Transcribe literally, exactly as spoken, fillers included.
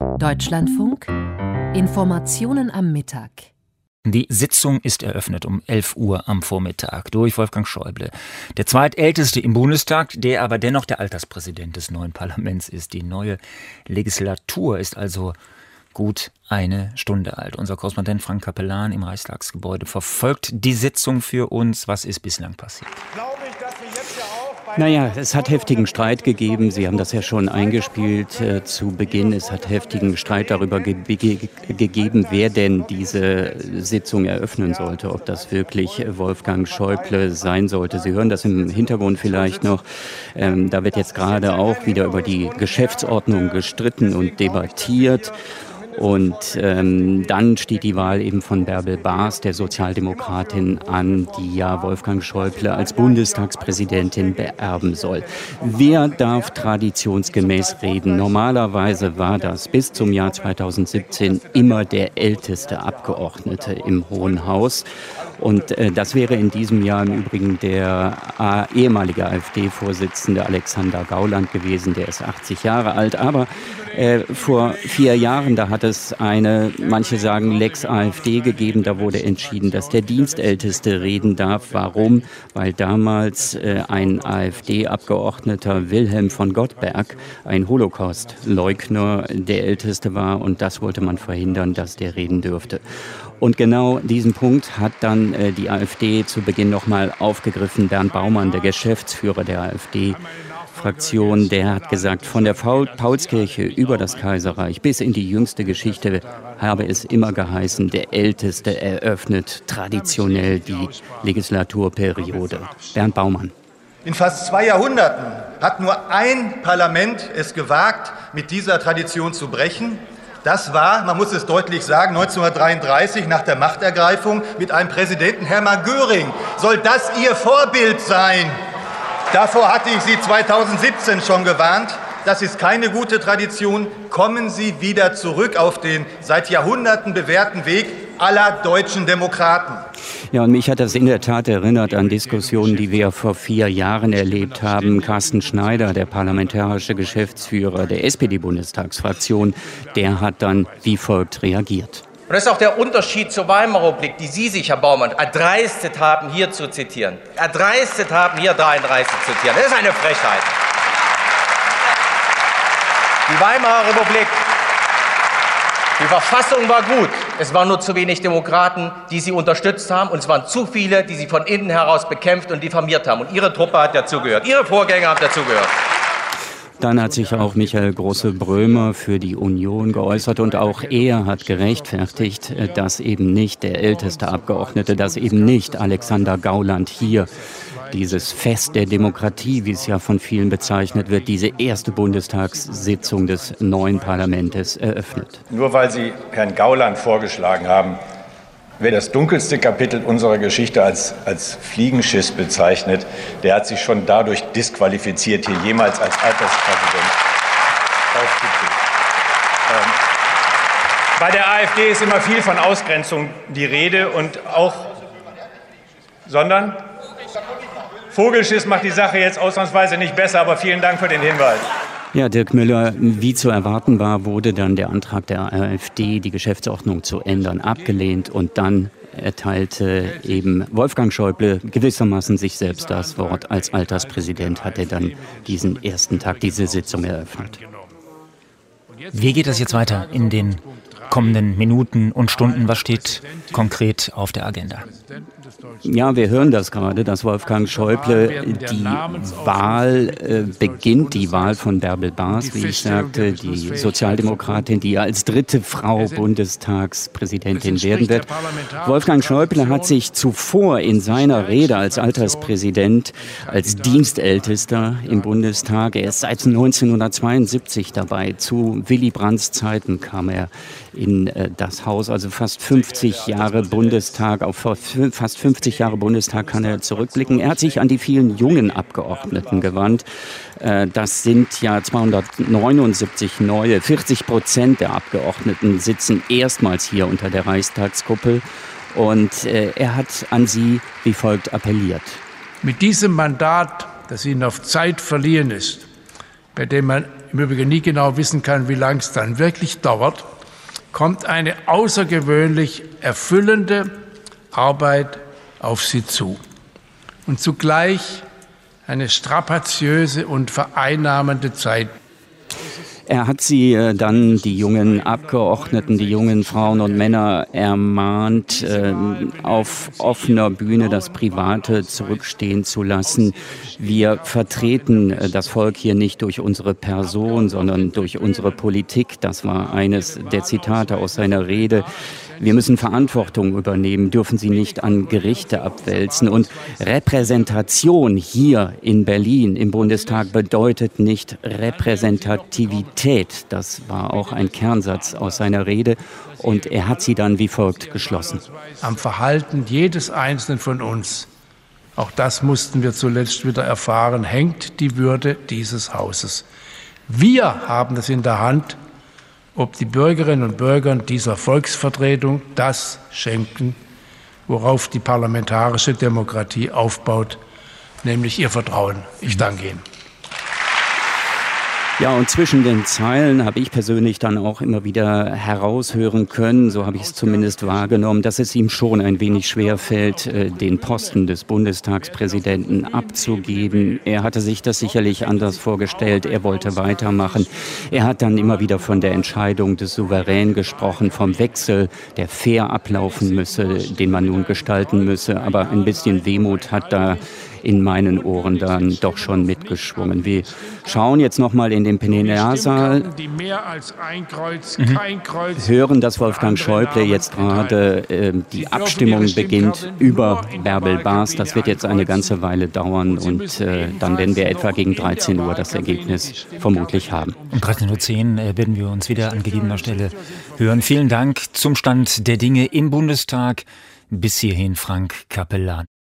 Deutschlandfunk. Informationen am Mittag. Die Sitzung ist eröffnet um elf Uhr am Vormittag durch Wolfgang Schäuble. Der zweitälteste im Bundestag, der aber dennoch der Alterspräsident des neuen Parlaments ist. Die neue Legislatur ist also gut eine Stunde alt. Unser Korrespondent Frank Capellan im Reichstagsgebäude verfolgt die Sitzung für uns. Was ist bislang passiert? Naja, es hat heftigen Streit gegeben. Sie haben das ja schon eingespielt äh, zu Beginn. Es hat heftigen Streit darüber ge- ge- gegeben, wer denn diese Sitzung eröffnen sollte. Ob das wirklich Wolfgang Schäuble sein sollte. Sie hören das im Hintergrund vielleicht noch. Ähm, da wird jetzt gerade auch wieder über die Geschäftsordnung gestritten und debattiert. Und ähm, dann steht die Wahl eben von Bärbel Baas, der Sozialdemokratin, an, die ja Wolfgang Schäuble als Bundestagspräsidentin beerben soll. Wer darf traditionsgemäß reden? Normalerweise war das bis zum Jahr zweitausendsiebzehn immer der älteste Abgeordnete im Hohen Haus. Und äh, das wäre in diesem Jahr im Übrigen der äh, ehemalige AfD-Vorsitzende Alexander Gauland gewesen. Der ist achtzig Jahre alt. Aber äh, vor vier Jahren, da hat es eine, manche sagen Lex AfD gegeben. Da wurde entschieden, dass der Dienstälteste reden darf. Warum? Weil damals äh, ein AfD-Abgeordneter, Wilhelm von Gottberg, ein Holocaust-Leugner, der Älteste war. Und das wollte man verhindern, dass der reden dürfte. Und genau diesen Punkt hat dann äh, die AfD zu Beginn nochmal aufgegriffen. Bernd Baumann, der Geschäftsführer der AfD-Fraktion, der hat gesagt, von der Paul- Paulskirche über das Kaiserreich bis in die jüngste Geschichte habe es immer geheißen, der Älteste eröffnet traditionell die Legislaturperiode. Bernd Baumann. In fast zwei Jahrhunderten hat nur ein Parlament es gewagt, mit dieser Tradition zu brechen. Das war, man muss es deutlich sagen, neunzehnhundertdreiunddreißig nach der Machtergreifung mit einem Präsidenten, Hermann Göring. Soll das Ihr Vorbild sein? Davor hatte ich Sie zweitausendsiebzehn schon gewarnt. Das ist keine gute Tradition. Kommen Sie wieder zurück auf den seit Jahrhunderten bewährten Weg aller deutschen Demokraten. Ja, und mich hat das in der Tat erinnert an Diskussionen, die wir vor vier Jahren erlebt haben. Carsten Schneider, der parlamentarische Geschäftsführer der S P D-Bundestagsfraktion, der hat dann wie folgt reagiert. Und das ist auch der Unterschied zur Weimarer Republik, die Sie sich, Herr Baumann, erdreistet haben, hier zu zitieren. Erdreistet haben, hier dreiunddreißig zu zitieren. Das ist eine Frechheit. Die Weimarer Republik, die Verfassung war gut. Es waren nur zu wenig Demokraten, die sie unterstützt haben. Und es waren zu viele, die sie von innen heraus bekämpft und diffamiert haben. Und Ihre Truppe hat dazugehört. Ihre Vorgänger haben dazugehört. Dann hat sich auch Michael Große-Brömer für die Union geäußert und auch er hat gerechtfertigt, dass eben nicht der älteste Abgeordnete, dass eben nicht Alexander Gauland hier dieses Fest der Demokratie, wie es ja von vielen bezeichnet wird, diese erste Bundestagssitzung des neuen Parlaments eröffnet. Nur weil Sie Herrn Gauland vorgeschlagen haben, wer das dunkelste Kapitel unserer Geschichte als, als Fliegenschiss bezeichnet, der hat sich schon dadurch disqualifiziert, hier jemals als Alterspräsident aufzutreten. Ähm, bei der AfD ist immer viel von Ausgrenzung die Rede und auch, sondern Vogelschiss macht die Sache jetzt ausnahmsweise nicht besser, aber vielen Dank für den Hinweis. Ja, Dirk Müller, wie zu erwarten war, wurde dann der Antrag der AfD, die Geschäftsordnung zu ändern, abgelehnt und dann erteilte eben Wolfgang Schäuble gewissermaßen sich selbst das Wort. Als Alterspräsident hat er dann diesen ersten Tag, diese Sitzung eröffnet. Wie geht es jetzt weiter in den kommenden Minuten und Stunden? Was steht konkret auf der Agenda? Ja, wir hören das gerade, dass Wolfgang Schäuble die Wahl äh, beginnt, die Wahl von Bärbel Baas, wie ich sagte, die Sozialdemokratin, die als dritte Frau Bundestagspräsidentin werden wird. Wolfgang Schäuble hat sich zuvor in seiner Rede als Alterspräsident, als Dienstältester im Bundestag, er ist seit neunzehnhundertzweiundsiebzig dabei, zu Willy Brandts Zeiten kam er in äh, das Haus, also fast fünfzig Jahre Bundestag, auf fast fünfzig Jahre Bundestag kann er zurückblicken. Er hat sich an die vielen jungen Abgeordneten gewandt. Äh, das sind ja zweihundertneunundsiebzig neue, vierzig Prozent der Abgeordneten sitzen erstmals hier unter der Reichstagskuppel. Und äh, er hat an sie wie folgt appelliert. Mit diesem Mandat, das Ihnen auf Zeit verliehen ist, bei dem man im Übrigen nie genau wissen kann, wie lang es dann wirklich dauert, kommt eine außergewöhnlich erfüllende Arbeit auf Sie zu. Und zugleich eine strapaziöse und vereinnahmende Zeit. Er hat sie äh, dann, die jungen Abgeordneten, die jungen Frauen und Männer ermahnt, äh, auf offener Bühne das Private zurückstehen zu lassen. Wir vertreten äh, das Volk hier nicht durch unsere Person, sondern durch unsere Politik. Das war eines der Zitate aus seiner Rede. Wir müssen Verantwortung übernehmen, dürfen sie nicht an Gerichte abwälzen. Und Repräsentation hier in Berlin im Bundestag bedeutet nicht Repräsentativität. Das war auch ein Kernsatz aus seiner Rede. Und er hat sie dann wie folgt geschlossen. Am Verhalten jedes Einzelnen von uns, auch das mussten wir zuletzt wieder erfahren, hängt die Würde dieses Hauses. Wir haben es in der Hand, ob die Bürgerinnen und Bürger dieser Volksvertretung das schenken, worauf die parlamentarische Demokratie aufbaut, nämlich ihr Vertrauen. Ich danke Ihnen. Ja, und zwischen den Zeilen habe ich persönlich dann auch immer wieder heraushören können, so habe ich es zumindest wahrgenommen, dass es ihm schon ein wenig schwer fällt, den Posten des Bundestagspräsidenten abzugeben. Er hatte sich das sicherlich anders vorgestellt, er wollte weitermachen. Er hat dann immer wieder von der Entscheidung des Souverän gesprochen, vom Wechsel, der fair ablaufen müsse, den man nun gestalten müsse. Aber ein bisschen Wehmut hat da in meinen Ohren dann doch schon mitgeschwungen. Wir schauen jetzt nochmal in den Plenarsaal, mhm. hören, dass Wolfgang Schäuble jetzt gerade äh, die Abstimmung beginnt über Bärbel Baas. Das wird jetzt eine ganze Weile dauern und äh, dann werden wir etwa gegen dreizehn Uhr das Ergebnis vermutlich haben. Um dreizehn Uhr zehn äh, werden wir uns wieder an gegebener Stelle hören. Vielen Dank zum Stand der Dinge im Bundestag. Bis hierhin Frank Capellan.